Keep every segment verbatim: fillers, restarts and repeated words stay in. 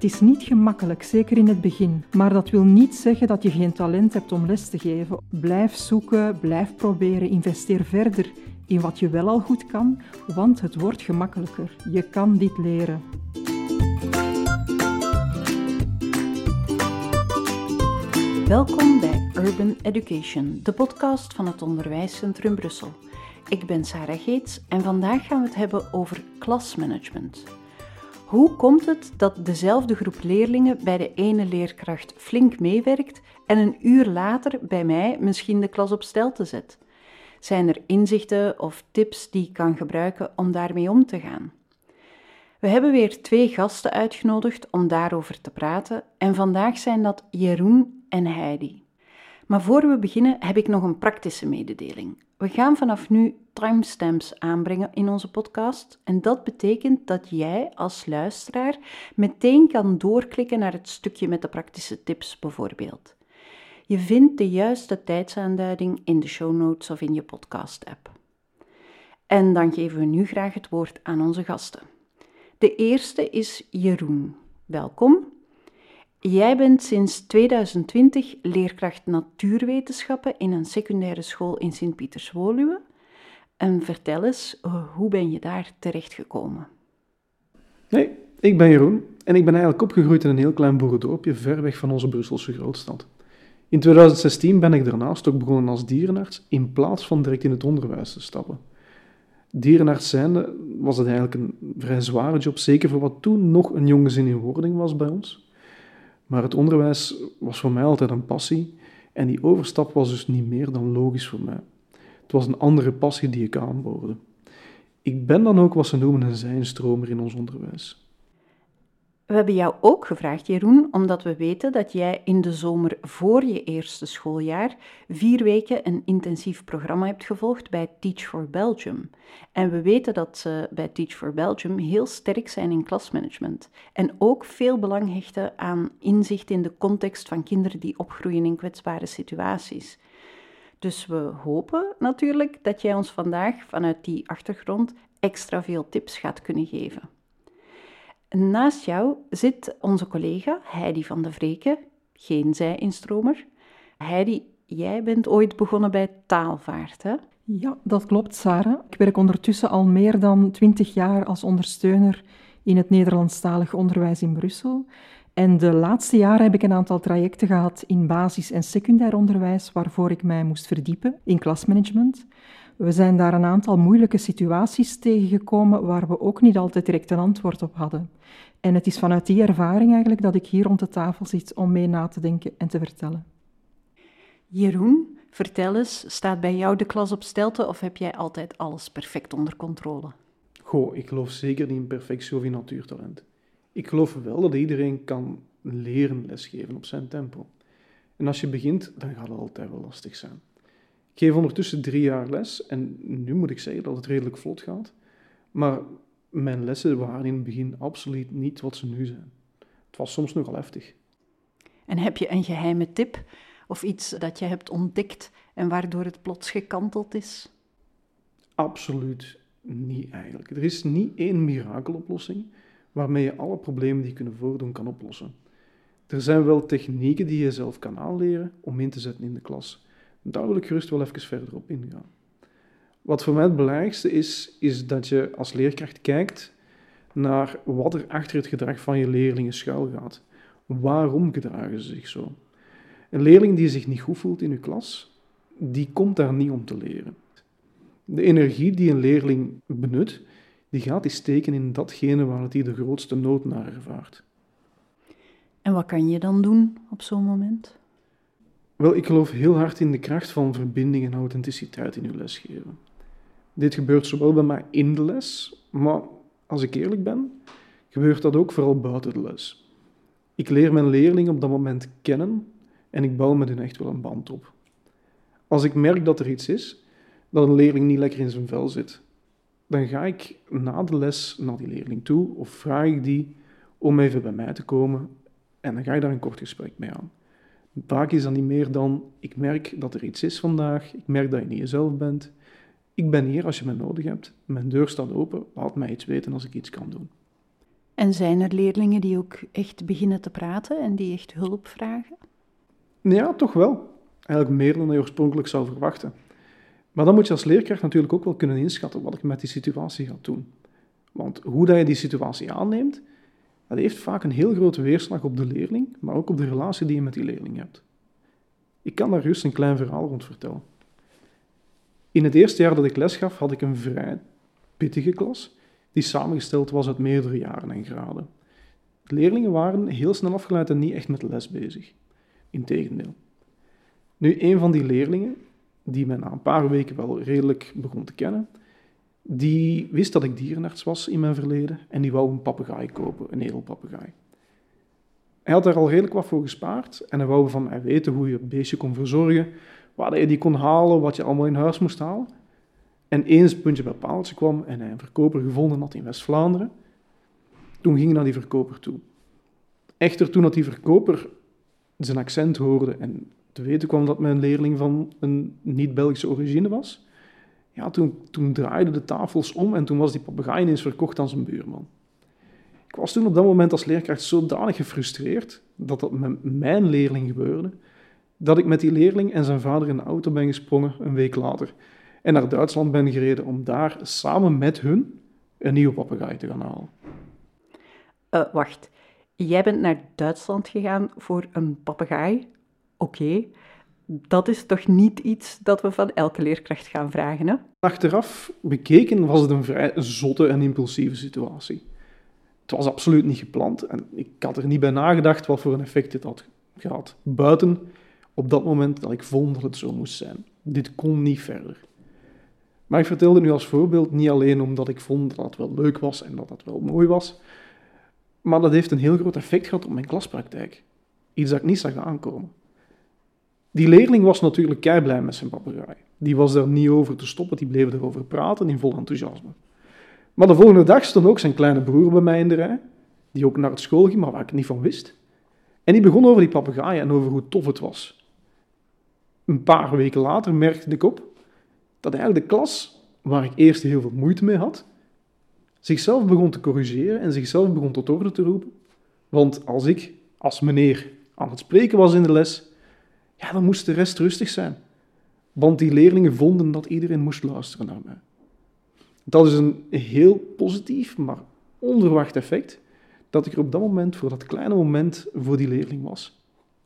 Het is niet gemakkelijk, zeker in het begin. Maar dat wil niet zeggen dat je geen talent hebt om les te geven. Blijf zoeken, blijf proberen, investeer verder in wat je wel al goed kan, want het wordt gemakkelijker. Je kan dit leren. Welkom bij Urban Education, de podcast van het Onderwijscentrum Brussel. Ik ben Sarah Geets en vandaag gaan we het hebben over klasmanagement. Hoe komt het dat dezelfde groep leerlingen bij de ene leerkracht flink meewerkt en een uur later bij mij misschien de klas op stelte zet? Zijn er inzichten of tips die ik kan gebruiken om daarmee om te gaan? We hebben weer twee gasten uitgenodigd om daarover te praten en vandaag zijn dat Jeroen en Heidi. Maar voor we beginnen heb ik nog een praktische mededeling. We gaan vanaf nu timestamps aanbrengen in onze podcast en dat betekent dat jij als luisteraar meteen kan doorklikken naar het stukje met de praktische tips bijvoorbeeld. Je vindt de juiste tijdsaanduiding in de show notes of in je podcast-app. En dan geven we nu graag het woord aan onze gasten. De eerste is Jeroen. Welkom. Jij bent sinds tweeduizend twintig leerkracht natuurwetenschappen in een secundaire school in Sint-Pieters-Woluwe. En vertel eens, hoe ben je daar terechtgekomen? Nee, ik ben Jeroen en ik ben eigenlijk opgegroeid in een heel klein boerendorpje ver weg van onze Brusselse grootstad. In tweeduizend zestien ben ik daarnaast ook begonnen als dierenarts in plaats van direct in het onderwijs te stappen. Dierenarts zijnde was het eigenlijk een vrij zware job, zeker voor wat toen nog een jong gezin in wording was bij ons. Maar het onderwijs was voor mij altijd een passie en die overstap was dus niet meer dan logisch voor mij. Het was een andere passie die ik aanboorde. Ik ben dan ook wat ze noemen een zijnstromer in ons onderwijs. We hebben jou ook gevraagd, Jeroen, omdat we weten dat jij in de zomer voor je eerste schooljaar vier weken een intensief programma hebt gevolgd bij Teach for Belgium. En we weten dat ze bij Teach for Belgium heel sterk zijn in klasmanagement en ook veel belang hechten aan inzicht in de context van kinderen die opgroeien in kwetsbare situaties. Dus we hopen natuurlijk dat jij ons vandaag vanuit die achtergrond extra veel tips gaat kunnen geven. Naast jou zit onze collega Heidi van de Vreken, geen zij-instromer. Heidi, jij bent ooit begonnen bij taalvaart, hè? Ja, dat klopt, Sarah. Ik werk ondertussen al meer dan twintig jaar als ondersteuner in het Nederlandstalig onderwijs in Brussel. En de laatste jaren heb ik een aantal trajecten gehad in basis- en secundair onderwijs, waarvoor ik mij moest verdiepen in klasmanagement. We zijn daar een aantal moeilijke situaties tegengekomen waar we ook niet altijd direct een antwoord op hadden. En het is vanuit die ervaring eigenlijk dat ik hier rond de tafel zit om mee na te denken en te vertellen. Jeroen, vertel eens, staat bij jou de klas op stelte of heb jij altijd alles perfect onder controle? Goh, ik geloof zeker niet in perfectie of in natuurtalent. Ik geloof wel dat iedereen kan leren lesgeven op zijn tempo. En als je begint, dan gaat het altijd wel lastig zijn. Ik geef ondertussen drie jaar les en nu moet ik zeggen dat het redelijk vlot gaat. Maar mijn lessen waren in het begin absoluut niet wat ze nu zijn. Het was soms nogal heftig. En heb je een geheime tip of iets dat je hebt ontdekt en waardoor het plots gekanteld is? Absoluut niet eigenlijk. Er is niet één mirakeloplossing waarmee je alle problemen die je kunnen voordoen kan oplossen. Er zijn wel technieken die je zelf kan aanleren om in te zetten in de klas. Daar wil ik gerust wel even verder op ingaan. Wat voor mij het belangrijkste is, is dat je als leerkracht kijkt naar wat er achter het gedrag van je leerlingen schuilgaat. Waarom gedragen ze zich zo? Een leerling die zich niet goed voelt in je klas, die komt daar niet om te leren. De energie die een leerling benut, die gaat die steken in datgene waar hij de grootste nood naar ervaart. En wat kan je dan doen op zo'n moment? Wel, ik geloof heel hard in de kracht van verbinding en authenticiteit in uw lesgeven. Dit gebeurt zowel bij mij in de les, maar als ik eerlijk ben, gebeurt dat ook vooral buiten de les. Ik leer mijn leerlingen op dat moment kennen en ik bouw met hen echt wel een band op. Als ik merk dat er iets is, dat een leerling niet lekker in zijn vel zit, dan ga ik na de les naar die leerling toe of vraag ik die om even bij mij te komen en dan ga ik daar een kort gesprek mee aan. Vaak is dat niet meer dan, ik merk dat er iets is vandaag, ik merk dat je niet jezelf bent. Ik ben hier als je mij nodig hebt, mijn deur staat open, laat mij iets weten als ik iets kan doen. En zijn er leerlingen die ook echt beginnen te praten en die echt hulp vragen? Ja, toch wel. Eigenlijk meer dan je oorspronkelijk zou verwachten. Maar dan moet je als leerkracht natuurlijk ook wel kunnen inschatten wat ik met die situatie ga doen. Want hoe dat je die situatie aanneemt, dat heeft vaak een heel grote weerslag op de leerling, maar ook op de relatie die je met die leerling hebt. Ik kan daar rust een klein verhaal rond vertellen. In het eerste jaar dat ik les gaf, had ik een vrij pittige klas, die samengesteld was uit meerdere jaren en graden. De leerlingen waren heel snel afgeleid en niet echt met les bezig. Integendeel. Nu, een van die leerlingen, die mij na een paar weken wel redelijk begon te kennen, die wist dat ik dierenarts was in mijn verleden en die wou een papegaai kopen, een edelpapegaai. Hij had daar al redelijk wat voor gespaard en hij wou van mij weten hoe je het beestje kon verzorgen, waar je die kon halen, wat je allemaal in huis moest halen. En eens puntje bij paaltje kwam en hij een verkoper gevonden had in West-Vlaanderen, toen ging hij naar die verkoper toe. Echter, toen dat die verkoper zijn accent hoorde en te weten kwam dat mijn leerling van een niet-Belgische origine was, ja, toen, toen draaiden de tafels om en toen was die papegaai ineens verkocht aan zijn buurman. Ik was toen op dat moment als leerkracht zodanig gefrustreerd dat dat met mijn leerling gebeurde, dat ik met die leerling en zijn vader in de auto ben gesprongen een week later en naar Duitsland ben gereden om daar samen met hun een nieuwe papegaai te gaan halen. Uh, wacht, jij bent naar Duitsland gegaan voor een papegaai? Oké, okay. Dat is toch niet iets dat we van elke leerkracht gaan vragen, hè? Achteraf bekeken was het een vrij zotte en impulsieve situatie. Het was absoluut niet gepland en ik had er niet bij nagedacht wat voor een effect dit had gehad. Buiten op dat moment dat ik vond dat het zo moest zijn. Dit kon niet verder. Maar ik vertelde het nu als voorbeeld niet alleen omdat ik vond dat het wel leuk was en dat het wel mooi was, maar dat heeft een heel groot effect gehad op mijn klaspraktijk. Iets dat ik niet zag aankomen. Die leerling was natuurlijk keiblij met zijn papegaai. Die was daar niet over te stoppen, die bleef erover praten in vol enthousiasme. Maar de volgende dag stond ook zijn kleine broer bij mij in de rij, die ook naar het school ging, maar waar ik niet van wist. En die begon over die papegaai en over hoe tof het was. Een paar weken later merkte ik op dat eigenlijk de klas, waar ik eerst heel veel moeite mee had, zichzelf begon te corrigeren en zichzelf begon tot orde te roepen. Want als ik, als meneer, aan het spreken was in de les, ja, dan moest de rest rustig zijn. Want die leerlingen vonden dat iedereen moest luisteren naar mij. Dat is een heel positief, maar onverwacht effect, dat ik er op dat moment, voor dat kleine moment, voor die leerling was.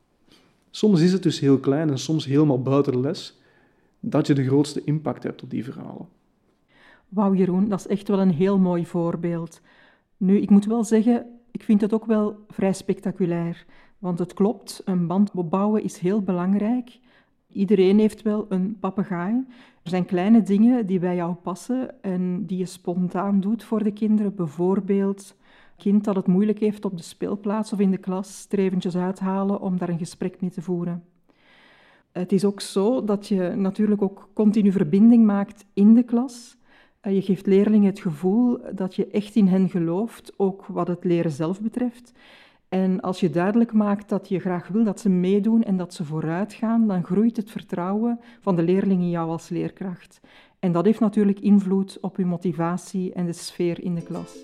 Soms is het dus heel klein en soms helemaal buiten de les, dat je de grootste impact hebt op die verhalen. Wauw, Jeroen, dat is echt wel een heel mooi voorbeeld. Nu, ik moet wel zeggen, ik vind het ook wel vrij spectaculair. Want het klopt, een band opbouwen is heel belangrijk. Iedereen heeft wel een papegaai. Er zijn kleine dingen die bij jou passen en die je spontaan doet voor de kinderen. Bijvoorbeeld een kind dat het moeilijk heeft op de speelplaats of in de klas, er eventjes uithalen om daar een gesprek mee te voeren. Het is ook zo dat je natuurlijk ook continu verbinding maakt in de klas. Je geeft leerlingen het gevoel dat je echt in hen gelooft, ook wat het leren zelf betreft. En als je duidelijk maakt dat je graag wil dat ze meedoen en dat ze vooruit gaan, dan groeit het vertrouwen van de leerling in jou als leerkracht. En dat heeft natuurlijk invloed op je motivatie en de sfeer in de klas.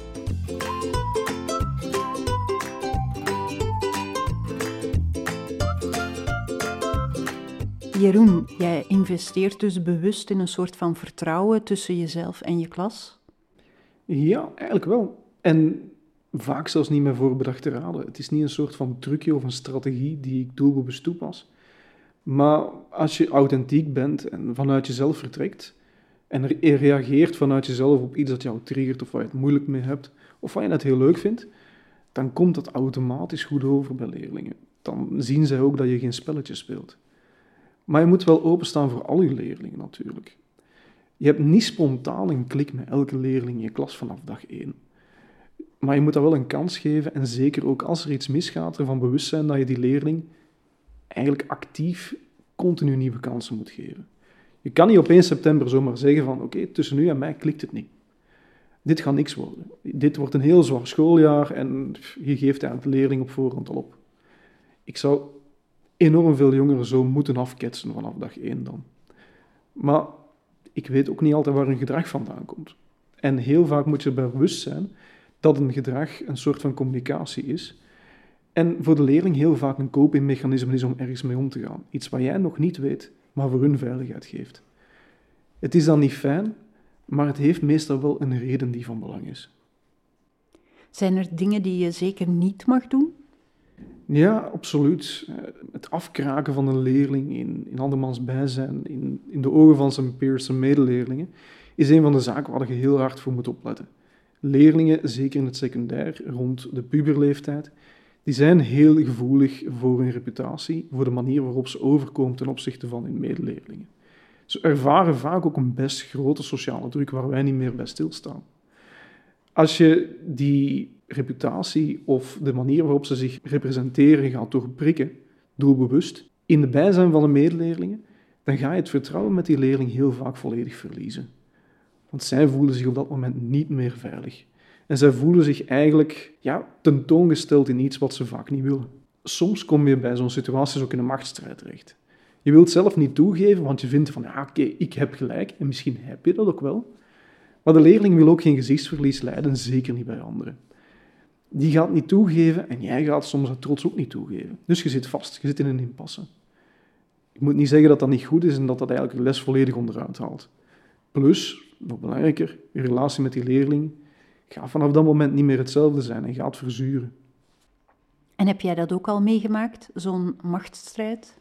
Jeroen, jij investeert dus bewust in een soort van vertrouwen tussen jezelf en je klas? Ja, eigenlijk wel. En vaak zelfs niet met voorbedachte raden. Het is niet een soort van trucje of een strategie die ik doelbewust toepas. Maar als je authentiek bent en vanuit jezelf vertrekt en reageert vanuit jezelf op iets dat jou triggert of waar je het moeilijk mee hebt of wat je net heel leuk vindt, dan komt dat automatisch goed over bij leerlingen. Dan zien zij ook dat je geen spelletje speelt. Maar je moet wel openstaan voor al je leerlingen natuurlijk. Je hebt niet spontaan een klik met elke leerling in je klas vanaf dag één. Maar je moet dat wel een kans geven en zeker ook als er iets misgaat, ervan bewust zijn dat je die leerling eigenlijk actief continu nieuwe kansen moet geven. Je kan niet op één september zomaar zeggen van oké, okay, tussen nu en mij klikt het niet. Dit gaat niks worden. Dit wordt een heel zwaar schooljaar en je geeft eigenlijk de leerling op voorhand al op. Ik zou enorm veel jongeren zo moeten afketsen vanaf dag één dan. Maar ik weet ook niet altijd waar hun gedrag vandaan komt. En heel vaak moet je erbij bewust zijn dat een gedrag een soort van communicatie is en voor de leerling heel vaak een copingmechanisme is om ergens mee om te gaan. Iets wat jij nog niet weet, maar voor hun veiligheid geeft. Het is dan niet fijn, maar het heeft meestal wel een reden die van belang is. Zijn er dingen die je zeker niet mag doen? Ja, absoluut. Het afkraken van een leerling in, in andermans bijzijn, in, in de ogen van zijn peers, zijn medeleerlingen, is een van de zaken waar je heel hard voor moet opletten. Leerlingen, zeker in het secundair, rond de puberleeftijd, die zijn heel gevoelig voor hun reputatie, voor de manier waarop ze overkomen ten opzichte van hun medeleerlingen. Ze ervaren vaak ook een best grote sociale druk waar wij niet meer bij stilstaan. Als je die reputatie of de manier waarop ze zich representeren gaat doorprikken, doelbewust, in de bijzijn van de medeleerlingen, dan ga je het vertrouwen met die leerling heel vaak volledig verliezen. Want zij voelen zich op dat moment niet meer veilig. En zij voelen zich eigenlijk ja, tentoongesteld in iets wat ze vaak niet willen. Soms kom je bij zo'n situaties ook in een machtsstrijd terecht. Je wilt zelf niet toegeven, want je vindt van, ja, oké, okay, ik heb gelijk, en misschien heb je dat ook wel. Maar de leerling wil ook geen gezichtsverlies lijden, zeker niet bij anderen. Die gaat niet toegeven en jij gaat soms uit trots ook niet toegeven. Dus je zit vast, je zit in een impasse. Ik moet niet zeggen dat dat niet goed is en dat dat eigenlijk de les volledig onderuit haalt. Plus, nog belangrijker, je relatie met die leerling gaat vanaf dat moment niet meer hetzelfde zijn en gaat verzuren. En heb jij dat ook al meegemaakt, zo'n machtsstrijd?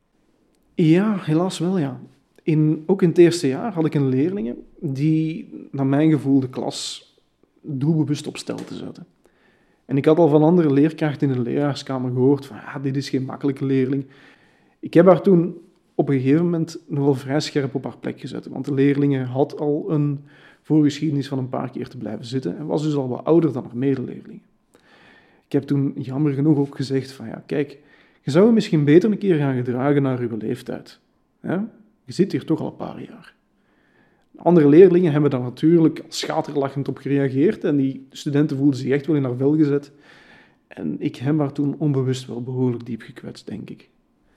Ja, helaas wel, ja. In, ook in het eerste jaar had ik een leerling die, naar mijn gevoel, de klas doelbewust op stel te zetten. En ik had al van andere leerkrachten in de leraarskamer gehoord van, ja, dit is geen makkelijke leerling. Ik heb haar toen op een gegeven moment nog wel vrij scherp op haar plek gezet, want de leerling had al een voorgeschiedenis van een paar keer te blijven zitten en was dus al wat ouder dan haar medeleerlingen. Ik heb toen jammer genoeg ook gezegd van, ja, kijk, je zou je misschien beter een keer gaan gedragen naar uw leeftijd. Ja? Je zit hier toch al een paar jaar. Andere leerlingen hebben daar natuurlijk schaterlachend op gereageerd en die studenten voelden zich echt wel in haar vel gezet. En ik heb haar toen onbewust wel behoorlijk diep gekwetst, denk ik.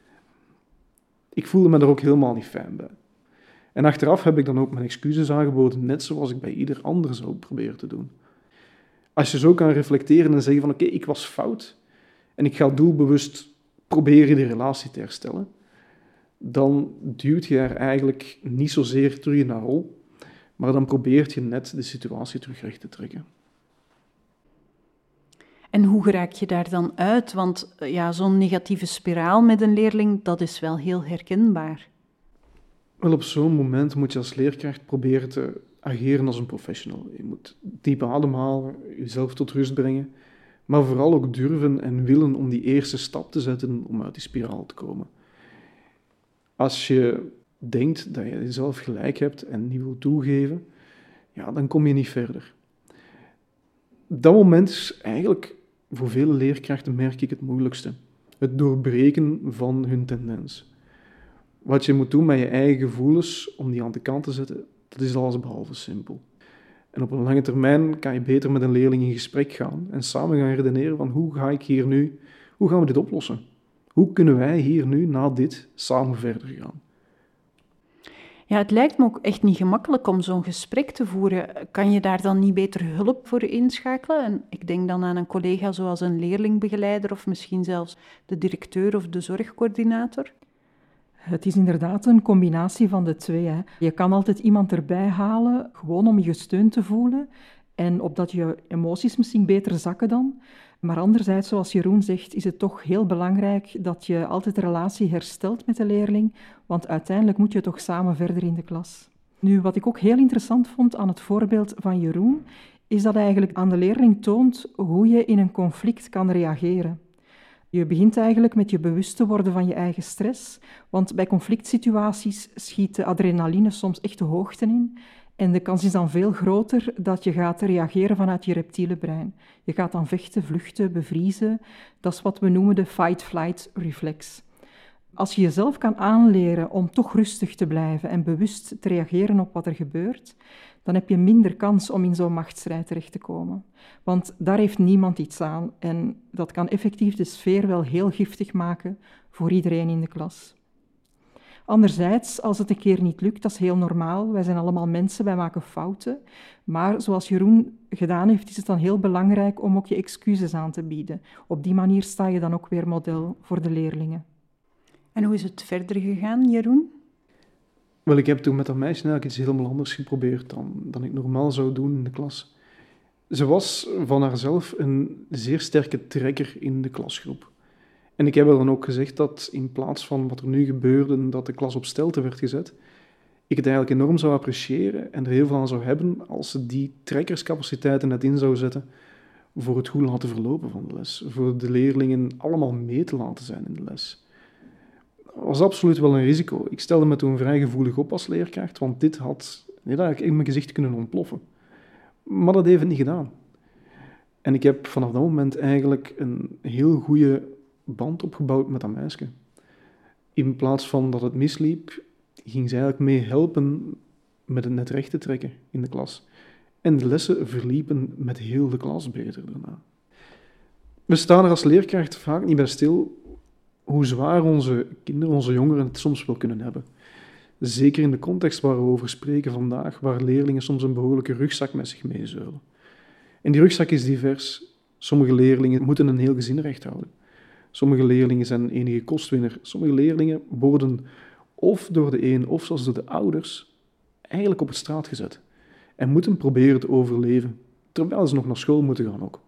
Ik voelde me daar ook helemaal niet fijn bij. En achteraf heb ik dan ook mijn excuses aangeboden, net zoals ik bij ieder ander zou proberen te doen. Als je zo kan reflecteren en zeggen van oké, okay, ik was fout en ik ga doelbewust proberen die relatie te herstellen, dan duwt je er eigenlijk niet zozeer terug in haar rol, maar dan probeert je net de situatie terug recht te trekken. En hoe geraak je daar dan uit? Want ja, zo'n negatieve spiraal met een leerling, dat is wel heel herkenbaar. Wel, op zo'n moment moet je als leerkracht proberen te ageren als een professional. Je moet diep ademhalen, jezelf tot rust brengen, maar vooral ook durven en willen om die eerste stap te zetten om uit die spiraal te komen. Als je denkt dat je jezelf gelijk hebt en niet wil toegeven, ja, dan kom je niet verder. Dat moment is eigenlijk voor vele leerkrachten, merk ik, het moeilijkste. Het doorbreken van hun tendens. Wat je moet doen met je eigen gevoelens om die aan de kant te zetten, dat is allesbehalve simpel. En op een lange termijn kan je beter met een leerling in gesprek gaan en samen gaan redeneren van hoe ga ik hier nu, hoe gaan we dit oplossen? Hoe kunnen wij hier nu, na dit, samen verder gaan? Ja, het lijkt me ook echt niet gemakkelijk om zo'n gesprek te voeren. Kan je daar dan niet beter hulp voor inschakelen? En ik denk dan aan een collega zoals een leerlingbegeleider of misschien zelfs de directeur of de zorgcoördinator. Het is inderdaad een combinatie van de twee. Hè. Je kan altijd iemand erbij halen, gewoon om je gesteund te voelen en opdat je emoties misschien beter zakken dan. Maar anderzijds, zoals Jeroen zegt, is het toch heel belangrijk dat je altijd de relatie herstelt met de leerling, want uiteindelijk moet je toch samen verder in de klas. Nu, wat ik ook heel interessant vond aan het voorbeeld van Jeroen, is dat hij eigenlijk aan de leerling toont hoe je in een conflict kan reageren. Je begint eigenlijk met je bewust te worden van je eigen stress, want bij conflictsituaties schiet de adrenaline soms echt de hoogte in en de kans is dan veel groter dat je gaat reageren vanuit je reptiele brein. Je gaat dan vechten, vluchten, bevriezen. Dat is wat we noemen de fight-flight-reflex. Als je jezelf kan aanleren om toch rustig te blijven en bewust te reageren op wat er gebeurt, dan heb je minder kans om in zo'n machtsstrijd terecht te komen. Want daar heeft niemand iets aan en dat kan effectief de sfeer wel heel giftig maken voor iedereen in de klas. Anderzijds, als het een keer niet lukt, dat is heel normaal. Wij zijn allemaal mensen, wij maken fouten. Maar zoals Jeroen gedaan heeft, is het dan heel belangrijk om ook je excuses aan te bieden. Op die manier sta je dan ook weer model voor de leerlingen. En hoe is het verder gegaan, Jeroen? Wel, ik heb toen met dat meisje eigenlijk iets helemaal anders geprobeerd dan, dan ik normaal zou doen in de klas. Ze was van haarzelf een zeer sterke trekker in de klasgroep. En ik heb haar dan ook gezegd dat in plaats van wat er nu gebeurde, dat de klas op stelte werd gezet, ik het eigenlijk enorm zou appreciëren en er heel veel aan zou hebben als ze die trekkerscapaciteiten net in zou zetten voor het goed laten verlopen van de les. Voor de leerlingen allemaal mee te laten zijn in de les. Dat was absoluut wel een risico. Ik stelde me toen vrij gevoelig op als leerkracht, want dit had eigenlijk in mijn gezicht kunnen ontploffen. Maar dat heeft het niet gedaan. En ik heb vanaf dat moment eigenlijk een heel goede band opgebouwd met dat meisje. In plaats van dat het misliep, ging ze eigenlijk mee helpen met het net recht te trekken in de klas. En de lessen verliepen met heel de klas beter daarna. We staan er als leerkracht vaak niet bij stil hoe zwaar onze kinderen, onze jongeren het soms wel kunnen hebben. Zeker in de context waar we over spreken vandaag, waar leerlingen soms een behoorlijke rugzak met zich meezeulen. En die rugzak is divers. Sommige leerlingen moeten een heel gezin recht houden. Sommige leerlingen zijn enige kostwinner. Sommige leerlingen worden of door de een of zelfs door de ouders eigenlijk op het straat gezet. En moeten proberen te overleven, terwijl ze nog naar school moeten gaan ook.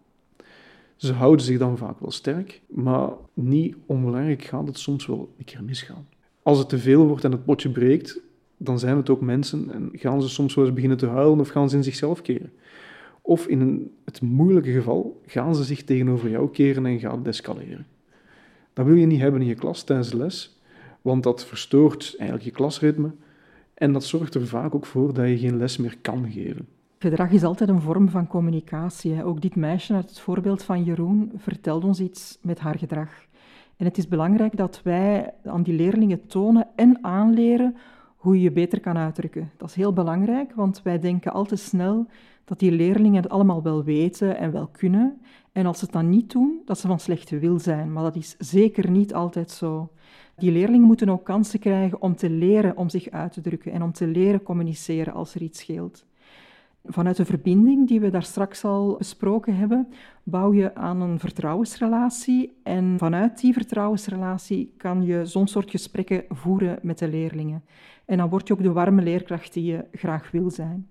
Ze houden zich dan vaak wel sterk, maar niet onbelangrijk gaat het soms wel een keer misgaan. Als het te veel wordt en het potje breekt, dan zijn het ook mensen en gaan ze soms wel eens beginnen te huilen of gaan ze in zichzelf keren. Of in een, het moeilijke geval gaan ze zich tegenover jou keren en gaat het escaleren. Dat wil je niet hebben in je klas tijdens de les, want dat verstoort eigenlijk je klasritme en dat zorgt er vaak ook voor dat je geen les meer kan geven. Gedrag is altijd een vorm van communicatie. Ook dit meisje uit het voorbeeld van Jeroen vertelt ons iets met haar gedrag. En het is belangrijk dat wij aan die leerlingen tonen en aanleren hoe je je beter kan uitdrukken. Dat is heel belangrijk, want wij denken al te snel dat die leerlingen het allemaal wel weten en wel kunnen. En als ze het dan niet doen, dat ze van slechte wil zijn. Maar dat is zeker niet altijd zo. Die leerlingen moeten ook kansen krijgen om te leren om zich uit te drukken en om te leren communiceren als er iets scheelt. Vanuit de verbinding die we daar straks al besproken hebben, bouw je aan een vertrouwensrelatie. En vanuit die vertrouwensrelatie kan je zo'n soort gesprekken voeren met de leerlingen. En dan word je ook de warme leerkracht die je graag wil zijn.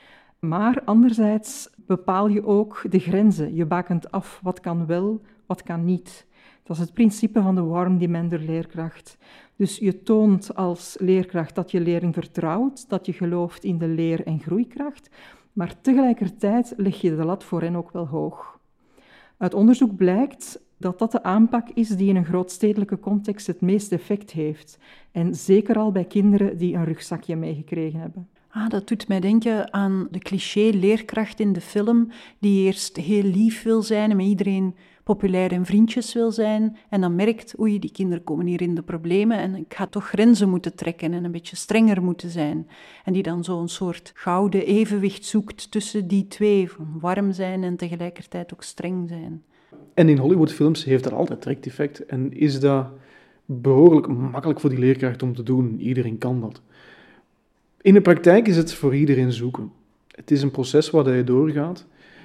Maar anderzijds bepaal je ook de grenzen. Je bakent af wat kan wel, wat kan niet. Dat is het principe van de warm demander leerkracht. Dus je toont als leerkracht dat je leerling vertrouwt, dat je gelooft in de leer- en groeikracht, maar tegelijkertijd leg je de lat voor hen ook wel hoog. Uit onderzoek blijkt dat dat de aanpak is die in een grootstedelijke context het meest effect heeft. En zeker al bij kinderen die een rugzakje meegekregen hebben. Ah, dat doet mij denken aan de cliché-leerkracht in de film, die eerst heel lief wil zijn en met iedereen populair en vriendjes wil zijn. En dan merkt, oei, die kinderen komen hier in de problemen en ik ga toch grenzen moeten trekken en een beetje strenger moeten zijn. En die dan zo'n soort gouden evenwicht zoekt tussen die twee, van warm zijn en tegelijkertijd ook streng zijn. En in Hollywoodfilms heeft dat altijd direct effect en is dat behoorlijk makkelijk voor die leerkracht om te doen. Iedereen kan dat. In de praktijk is het voor iedereen zoeken. Het is een proces waar je doorgaat.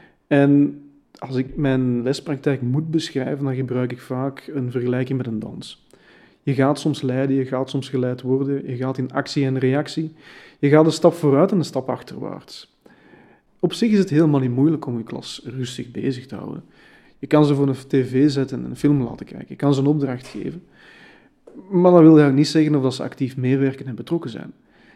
En als ik mijn lespraktijk moet beschrijven, dan gebruik ik vaak een vergelijking met een dans. Je gaat soms leiden, je gaat soms geleid worden, je gaat in actie en reactie. Je gaat een stap vooruit en een stap achterwaarts. Op zich is het helemaal niet moeilijk om je klas rustig bezig te houden. Je kan ze voor een tv zetten en een film laten kijken. Je kan ze een opdracht geven. Maar dat wil eigenlijk niet zeggen of dat ze actief meewerken en betrokken zijn.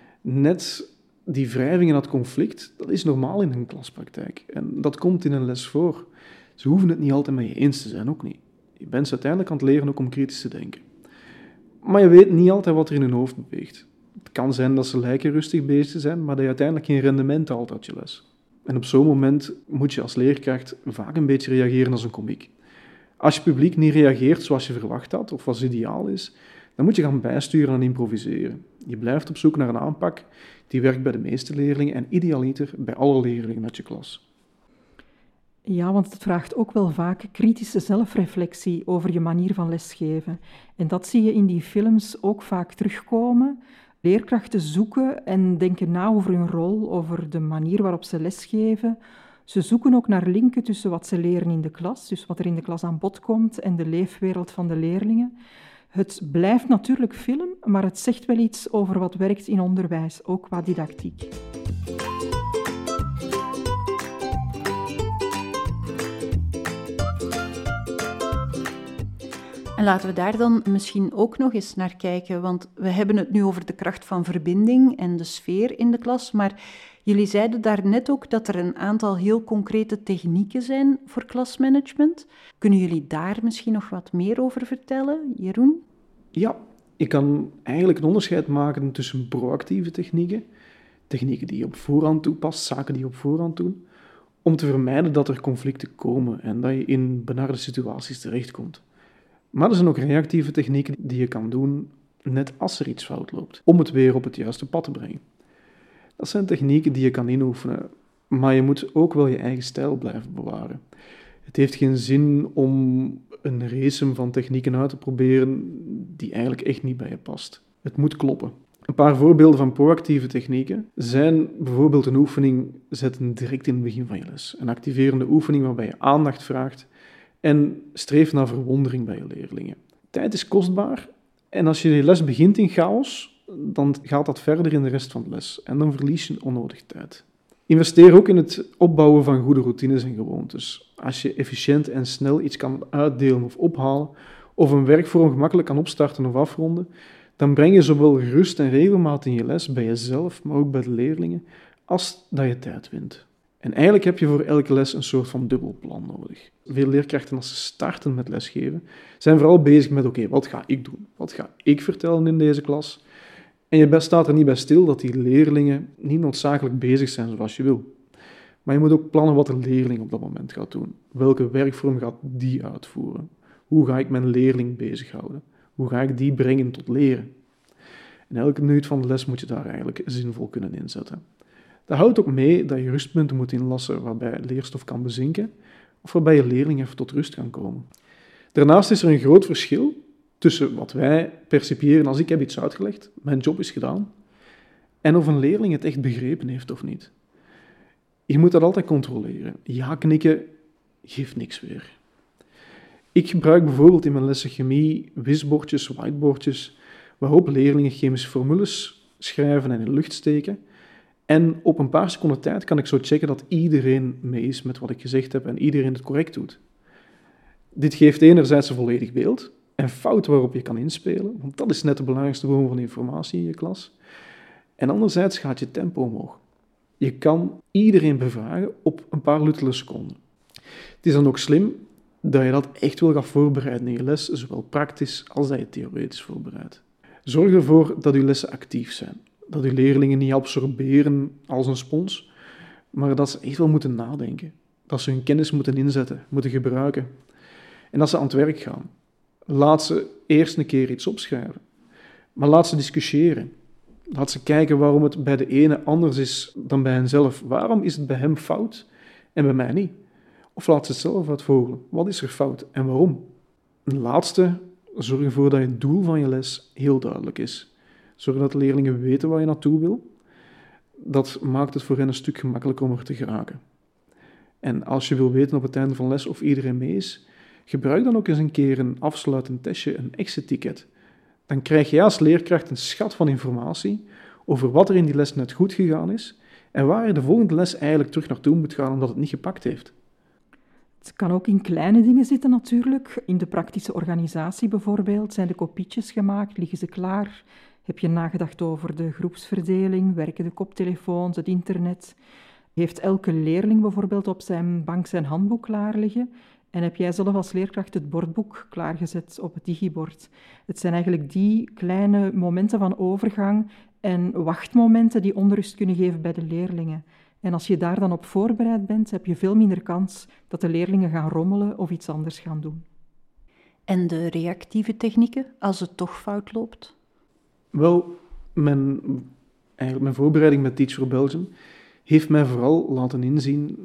Net die wrijving en dat conflict, dat is normaal in een klaspraktijk. En dat komt in een les voor. Ze hoeven het niet altijd met je eens te zijn, ook niet. Je bent ze uiteindelijk aan het leren ook om kritisch te denken. Maar je weet niet altijd wat er in hun hoofd beweegt. Het kan zijn dat ze lijken rustig bezig te zijn, maar dat je uiteindelijk geen rendement haalt uit je les. En op zo'n moment moet je als leerkracht vaak een beetje reageren als een komiek. Als je publiek niet reageert zoals je verwacht had, of wat ideaal is, dan moet je gaan bijsturen en improviseren. Je blijft op zoek naar een aanpak die werkt bij de meeste leerlingen en idealiter bij alle leerlingen uit je klas. Ja, want het vraagt ook wel vaak kritische zelfreflectie over je manier van lesgeven. En dat zie je in die films ook vaak terugkomen. Leerkrachten zoeken en denken na over hun rol, over de manier waarop ze lesgeven. Ze zoeken ook naar linken tussen wat ze leren in de klas, dus wat er in de klas aan bod komt, en de leefwereld van de leerlingen. Het blijft natuurlijk film, maar het zegt wel iets over wat werkt in onderwijs, ook qua didactiek. En laten we daar dan misschien ook nog eens naar kijken, want we hebben het nu over de kracht van verbinding en de sfeer in de klas, maar jullie zeiden daarnet ook dat er een aantal heel concrete technieken zijn voor klasmanagement. Kunnen jullie daar misschien nog wat meer over vertellen, Jeroen? Ja, ik kan eigenlijk een onderscheid maken tussen proactieve technieken, technieken die je op voorhand toepast, zaken die je op voorhand doen, om te vermijden dat er conflicten komen en dat je in benarde situaties terechtkomt. Maar er zijn ook reactieve technieken die je kan doen net als er iets fout loopt, om het weer op het juiste pad te brengen. Dat zijn technieken die je kan inoefenen, maar je moet ook wel je eigen stijl blijven bewaren. Het heeft geen zin om een race van technieken uit te proberen die eigenlijk echt niet bij je past. Het moet kloppen. Een paar voorbeelden van proactieve technieken zijn bijvoorbeeld een oefening zetten direct in het begin van je les. Een activerende oefening waarbij je aandacht vraagt en streef naar verwondering bij je leerlingen. Tijd is kostbaar en als je je les begint in chaos, dan gaat dat verder in de rest van de les en dan verlies je onnodig tijd. Investeer ook in het opbouwen van goede routines en gewoontes. Als je efficiënt en snel iets kan uitdelen of ophalen, of een werkvorm gemakkelijk kan opstarten of afronden, dan breng je zowel rust en regelmaat in je les bij jezelf, maar ook bij de leerlingen, als dat je tijd wint. En eigenlijk heb je voor elke les een soort van dubbelplan nodig. Veel leerkrachten, als ze starten met lesgeven, zijn vooral bezig met, oké, okay, wat ga ik doen? Wat ga ik vertellen in deze klas? En je staat er niet bij stil dat die leerlingen niet noodzakelijk bezig zijn zoals je wil. Maar je moet ook plannen wat de leerling op dat moment gaat doen. Welke werkvorm gaat die uitvoeren? Hoe ga ik mijn leerling bezighouden? Hoe ga ik die brengen tot leren? En elke minuut van de les moet je daar eigenlijk zinvol kunnen inzetten. Dat houdt ook mee dat je rustpunten moet inlassen waarbij leerstof kan bezinken of waarbij je leerling even tot rust kan komen. Daarnaast is er een groot verschil tussen wat wij percipiëren als ik heb iets uitgelegd, mijn job is gedaan, en of een leerling het echt begrepen heeft of niet. Je moet dat altijd controleren. Ja knikken geeft niks weer. Ik gebruik bijvoorbeeld in mijn lessen chemie wisbordjes, whiteboardjes, waarop leerlingen chemische formules schrijven en in de lucht steken. En op een paar seconden tijd kan ik zo checken dat iedereen mee is met wat ik gezegd heb en iedereen het correct doet. Dit geeft enerzijds een volledig beeld en fouten waarop je kan inspelen, want dat is net de belangrijkste bron van informatie in je klas. En anderzijds gaat je tempo omhoog. Je kan iedereen bevragen op een paar luttele seconden. Het is dan ook slim dat je dat echt wel gaat voorbereiden in je les, zowel praktisch als dat je theoretisch voorbereidt. Zorg ervoor dat je lessen actief zijn. Dat je leerlingen niet absorberen als een spons, maar dat ze echt wel moeten nadenken. Dat ze hun kennis moeten inzetten, moeten gebruiken. En dat ze aan het werk gaan. Laat ze eerst een keer iets opschrijven. Maar laat ze discussiëren. Laat ze kijken waarom het bij de ene anders is dan bij henzelf. Waarom is het bij hem fout en bij mij niet? Of laat ze het zelf uitvogelen. Wat is er fout en waarom? En laatste, zorg ervoor dat het doel van je les heel duidelijk is. Zorg dat de leerlingen weten waar je naartoe wil. Dat maakt het voor hen een stuk gemakkelijker om er te geraken. En als je wil weten op het einde van les of iedereen mee is, gebruik dan ook eens een keer een afsluitend testje, een exit-ticket. Dan krijg je als leerkracht een schat van informatie over wat er in die les net goed gegaan is en waar je de volgende les eigenlijk terug naartoe moet gaan omdat het niet gepakt heeft. Het kan ook in kleine dingen zitten natuurlijk. In de praktische organisatie bijvoorbeeld zijn de kopietjes gemaakt, liggen ze klaar. Heb je nagedacht over de groepsverdeling, werken de koptelefoons, het internet? Heeft elke leerling bijvoorbeeld op zijn bank zijn handboek klaar liggen? En heb jij zelf als leerkracht het bordboek klaargezet op het digibord? Het zijn eigenlijk die kleine momenten van overgang en wachtmomenten die onrust kunnen geven bij de leerlingen. En als je daar dan op voorbereid bent, heb je veel minder kans dat de leerlingen gaan rommelen of iets anders gaan doen. En de reactieve technieken, als het toch fout loopt? Wel, mijn, eigenlijk mijn voorbereiding met Teach for Belgium heeft mij vooral laten inzien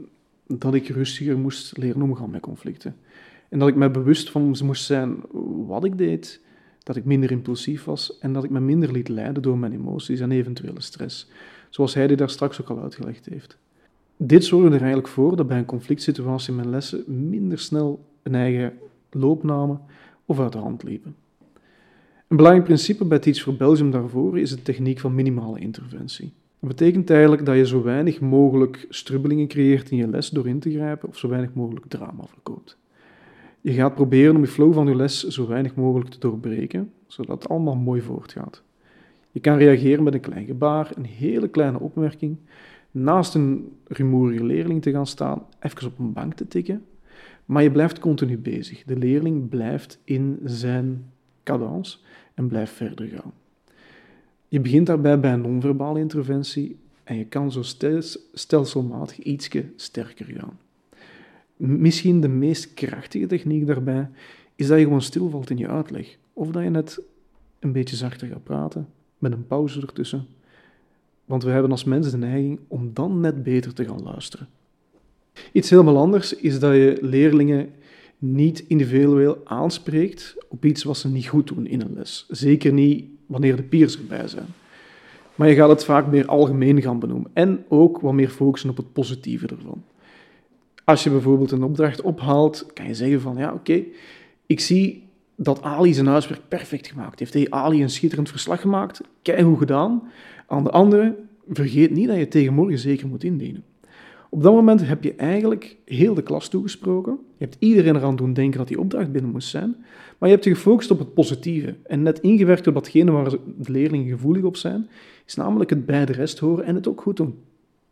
dat ik rustiger moest leren omgaan met conflicten. En dat ik mij bewust van moest zijn wat ik deed, dat ik minder impulsief was en dat ik me minder liet leiden door mijn emoties en eventuele stress. Zoals hij die daar straks ook al uitgelegd heeft. Dit zorgde er eigenlijk voor dat bij een conflict situatie mijn lessen minder snel een eigen loop namen of uit de hand liepen. Een belangrijk principe bij Teach for Belgium daarvoor is de techniek van minimale interventie. Dat betekent eigenlijk dat je zo weinig mogelijk strubbelingen creëert in je les door in te grijpen of zo weinig mogelijk drama voorkomt. Je gaat proberen om je flow van je les zo weinig mogelijk te doorbreken, zodat het allemaal mooi voortgaat. Je kan reageren met een klein gebaar, een hele kleine opmerking, naast een rumoerige leerling te gaan staan, even op een bank te tikken, maar je blijft continu bezig. De leerling blijft in zijn cadans en blijft verder gaan. Je begint daarbij bij een non-verbale interventie en je kan zo stelselmatig ietsje sterker gaan. Misschien de meest krachtige techniek daarbij is dat je gewoon stilvalt in je uitleg. Of dat je net een beetje zachter gaat praten, met een pauze ertussen. Want we hebben als mensen de neiging om dan net beter te gaan luisteren. Iets helemaal anders is dat je leerlingen niet individueel aanspreekt op iets wat ze niet goed doen in een les. Zeker niet wanneer de peers erbij zijn. Maar je gaat het vaak meer algemeen gaan benoemen. En ook wat meer focussen op het positieve ervan. Als je bijvoorbeeld een opdracht ophaalt, kan je zeggen van, ja, oké, okay, ik zie dat Ali zijn huiswerk perfect gemaakt heeft. Hey, Ali een schitterend verslag gemaakt, keigoed gedaan. Aan de andere, vergeet niet dat je tegen morgen zeker moet indienen. Op dat moment heb je eigenlijk heel de klas toegesproken. Je hebt iedereen eraan doen denken dat die opdracht binnen moest zijn. Maar je hebt je gefocust op het positieve. En net ingewerkt op datgene waar de leerlingen gevoelig op zijn, is namelijk het bij de rest horen en het ook goed doen.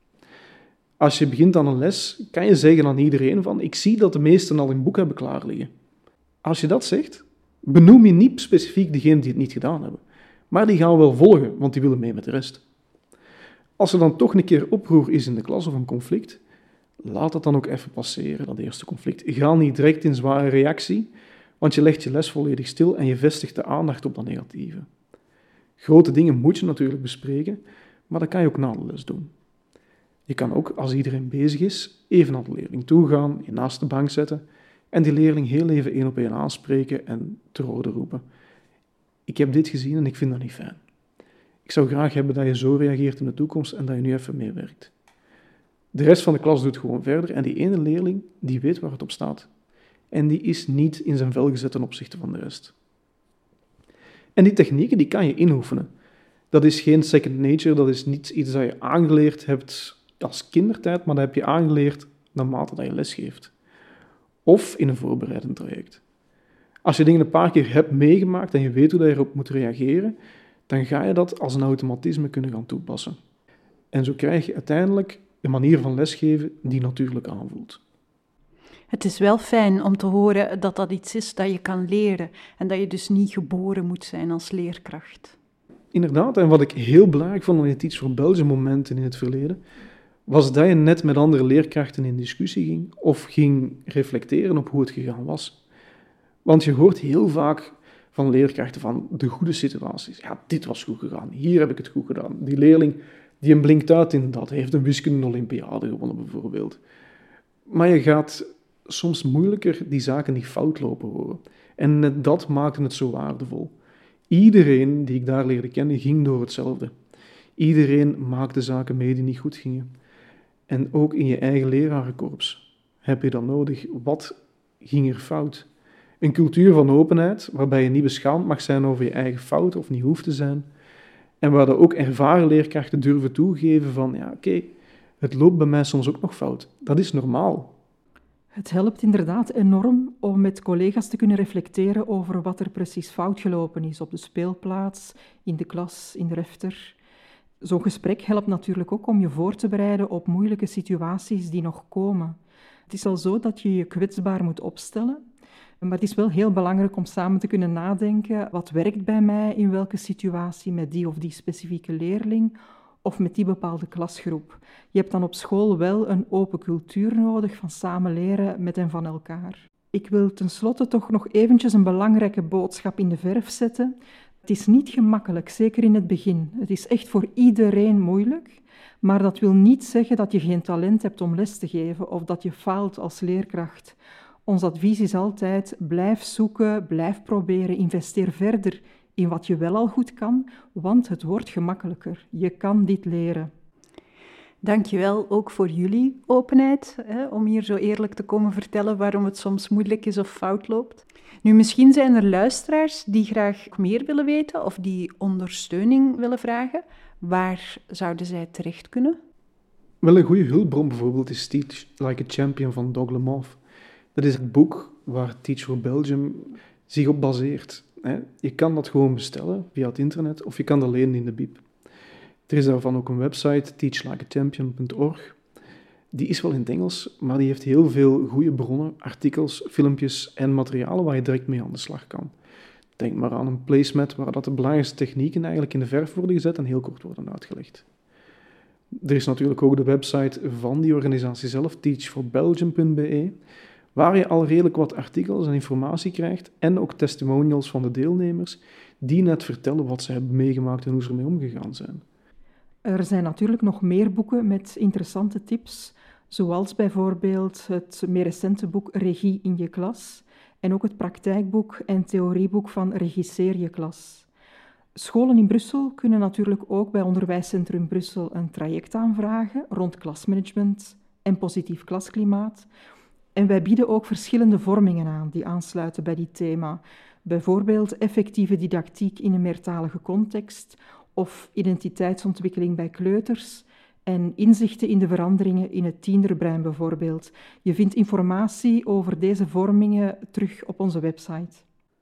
Als je begint aan een les, kan je zeggen aan iedereen van, ik zie dat de meesten al een boek hebben klaar liggen. Als je dat zegt, benoem je niet specifiek degenen die het niet gedaan hebben. Maar die gaan wel volgen, want die willen mee met de rest. Als er dan toch een keer oproer is in de klas of een conflict, laat dat dan ook even passeren, dat eerste conflict. Ga niet direct in zware reactie, want je legt je les volledig stil en je vestigt de aandacht op dat negatieve. Grote dingen moet je natuurlijk bespreken, maar dat kan je ook na de les doen. Je kan ook, als iedereen bezig is, even naar de leerling toe gaan, je naast de bank zetten en die leerling heel even één op één aanspreken en te rode roepen. Ik heb dit gezien en ik vind dat niet fijn. Ik zou graag hebben dat je zo reageert in de toekomst en dat je nu even meewerkt. De rest van de klas doet gewoon verder en die ene leerling, die weet waar het op staat. En die is niet in zijn vel gezet ten opzichte van de rest. En die technieken, die kan je inoefenen. Dat is geen second nature, dat is niet iets dat je aangeleerd hebt als kindertijd, maar dat heb je aangeleerd naarmate dat je lesgeeft. Of in een voorbereidend traject. Als je dingen een paar keer hebt meegemaakt en je weet hoe je erop moet reageren, dan ga je dat als een automatisme kunnen gaan toepassen. En zo krijg je uiteindelijk een manier van lesgeven die natuurlijk aanvoelt. Het is wel fijn om te horen dat dat iets is dat je kan leren en dat je dus niet geboren moet zijn als leerkracht. Inderdaad, en wat ik heel belangrijk vond in het Teach for Belgium momenten in het verleden, was dat je net met andere leerkrachten in discussie ging of ging reflecteren op hoe het gegaan was. Want je hoort heel vaak van leerkrachten van de goede situaties. Ja, dit was goed gegaan, hier heb ik het goed gedaan. Die leerling die hem blinkt uit inderdaad, heeft een wiskunde-olympiade gewonnen bijvoorbeeld. Maar je gaat soms moeilijker die zaken die fout lopen horen. En net dat maakte het zo waardevol. Iedereen die ik daar leerde kennen, ging door hetzelfde. Iedereen maakte zaken mee die niet goed gingen. En ook in je eigen lerarenkorps heb je dat nodig. Wat ging er fout? Een cultuur van openheid, waarbij je niet beschaamd mag zijn over je eigen fout of niet hoeft te zijn. En waar ook ervaren leerkrachten durven toegeven van, ja, oké, okay, het loopt bij mij soms ook nog fout. Dat is normaal. Het helpt inderdaad enorm om met collega's te kunnen reflecteren over wat er precies fout gelopen is op de speelplaats, in de klas, in de refter. Zo'n gesprek helpt natuurlijk ook om je voor te bereiden op moeilijke situaties die nog komen. Het is al zo dat je je kwetsbaar moet opstellen, maar het is wel heel belangrijk om samen te kunnen nadenken wat werkt bij mij in welke situatie met die of die specifieke leerling of met die bepaalde klasgroep. Je hebt dan op school wel een open cultuur nodig van samen leren met en van elkaar. Ik wil tenslotte toch nog eventjes een belangrijke boodschap in de verf zetten. Het is niet gemakkelijk, zeker in het begin. Het is echt voor iedereen moeilijk, maar dat wil niet zeggen dat je geen talent hebt om les te geven of dat je faalt als leerkracht. Ons advies is altijd: blijf zoeken, blijf proberen, investeer verder in wat je wel al goed kan, want het wordt gemakkelijker. Je kan dit leren. Dankjewel ook voor jullie openheid, hè, om hier zo eerlijk te komen vertellen waarom het soms moeilijk is of fout loopt. Nu, misschien zijn er luisteraars die graag meer willen weten of die ondersteuning willen vragen. Waar zouden zij terecht kunnen? Wel, een goede hulpbron bijvoorbeeld is Teach Like a Champion van Doug Lemov. Dat is het boek waar Teach for Belgium zich op baseert. Je kan dat gewoon bestellen via het internet of je kan dat lenen in de bieb. Er is daarvan ook een website, teach like a champion punt org. Die is wel in het Engels, maar die heeft heel veel goede bronnen, artikels, filmpjes en materialen waar je direct mee aan de slag kan. Denk maar aan een placemat waar dat de belangrijkste technieken eigenlijk in de verf worden gezet en heel kort worden uitgelegd. Er is natuurlijk ook de website van die organisatie zelf, teach for belgium punt b e, waar je al redelijk wat artikels en informatie krijgt en ook testimonials van de deelnemers die net vertellen wat ze hebben meegemaakt en hoe ze ermee omgegaan zijn. Er zijn natuurlijk nog meer boeken met interessante tips, zoals bijvoorbeeld het meer recente boek Regie in je klas en ook het praktijkboek en theorieboek van Regisseer je klas. Scholen in Brussel kunnen natuurlijk ook bij Onderwijscentrum Brussel een traject aanvragen rond klasmanagement en positief klasklimaat. En wij bieden ook verschillende vormingen aan die aansluiten bij dit thema. Bijvoorbeeld effectieve didactiek in een meertalige context of identiteitsontwikkeling bij kleuters en inzichten in de veranderingen in het tienerbrein bijvoorbeeld. Je vindt informatie over deze vormingen terug op onze website.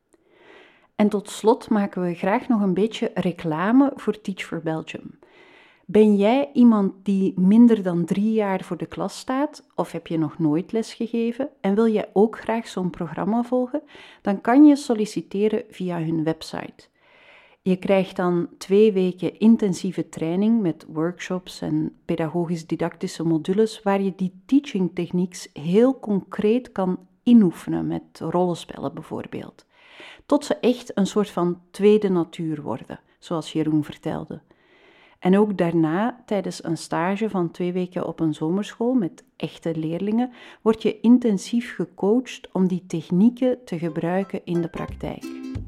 En tot slot maken we graag nog een beetje reclame voor Teach for Belgium. Ben jij iemand die minder dan drie jaar voor de klas staat of heb je nog nooit les gegeven en wil jij ook graag zo'n programma volgen? Dan kan je solliciteren via hun website. Je krijgt dan twee weken intensieve training met workshops en pedagogisch-didactische modules waar je die teaching techniques heel concreet kan inoefenen met rollenspellen bijvoorbeeld. Tot ze echt een soort van tweede natuur worden, zoals Jeroen vertelde. En ook daarna, tijdens een stage van twee weken op een zomerschool met echte leerlingen, word je intensief gecoacht om die technieken te gebruiken in de praktijk.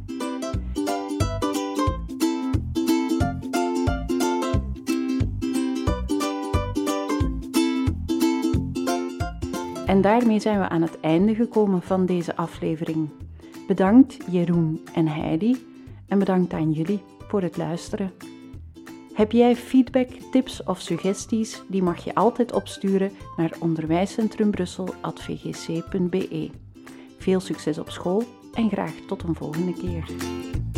En daarmee zijn we aan het einde gekomen van deze aflevering. Bedankt Jeroen en Heidi en bedankt aan jullie voor het luisteren. Heb jij feedback, tips of suggesties? Die mag je altijd opsturen naar onderwijscentrumbrussel apenstaartje v g c punt b e. Veel succes op school en graag tot een volgende keer.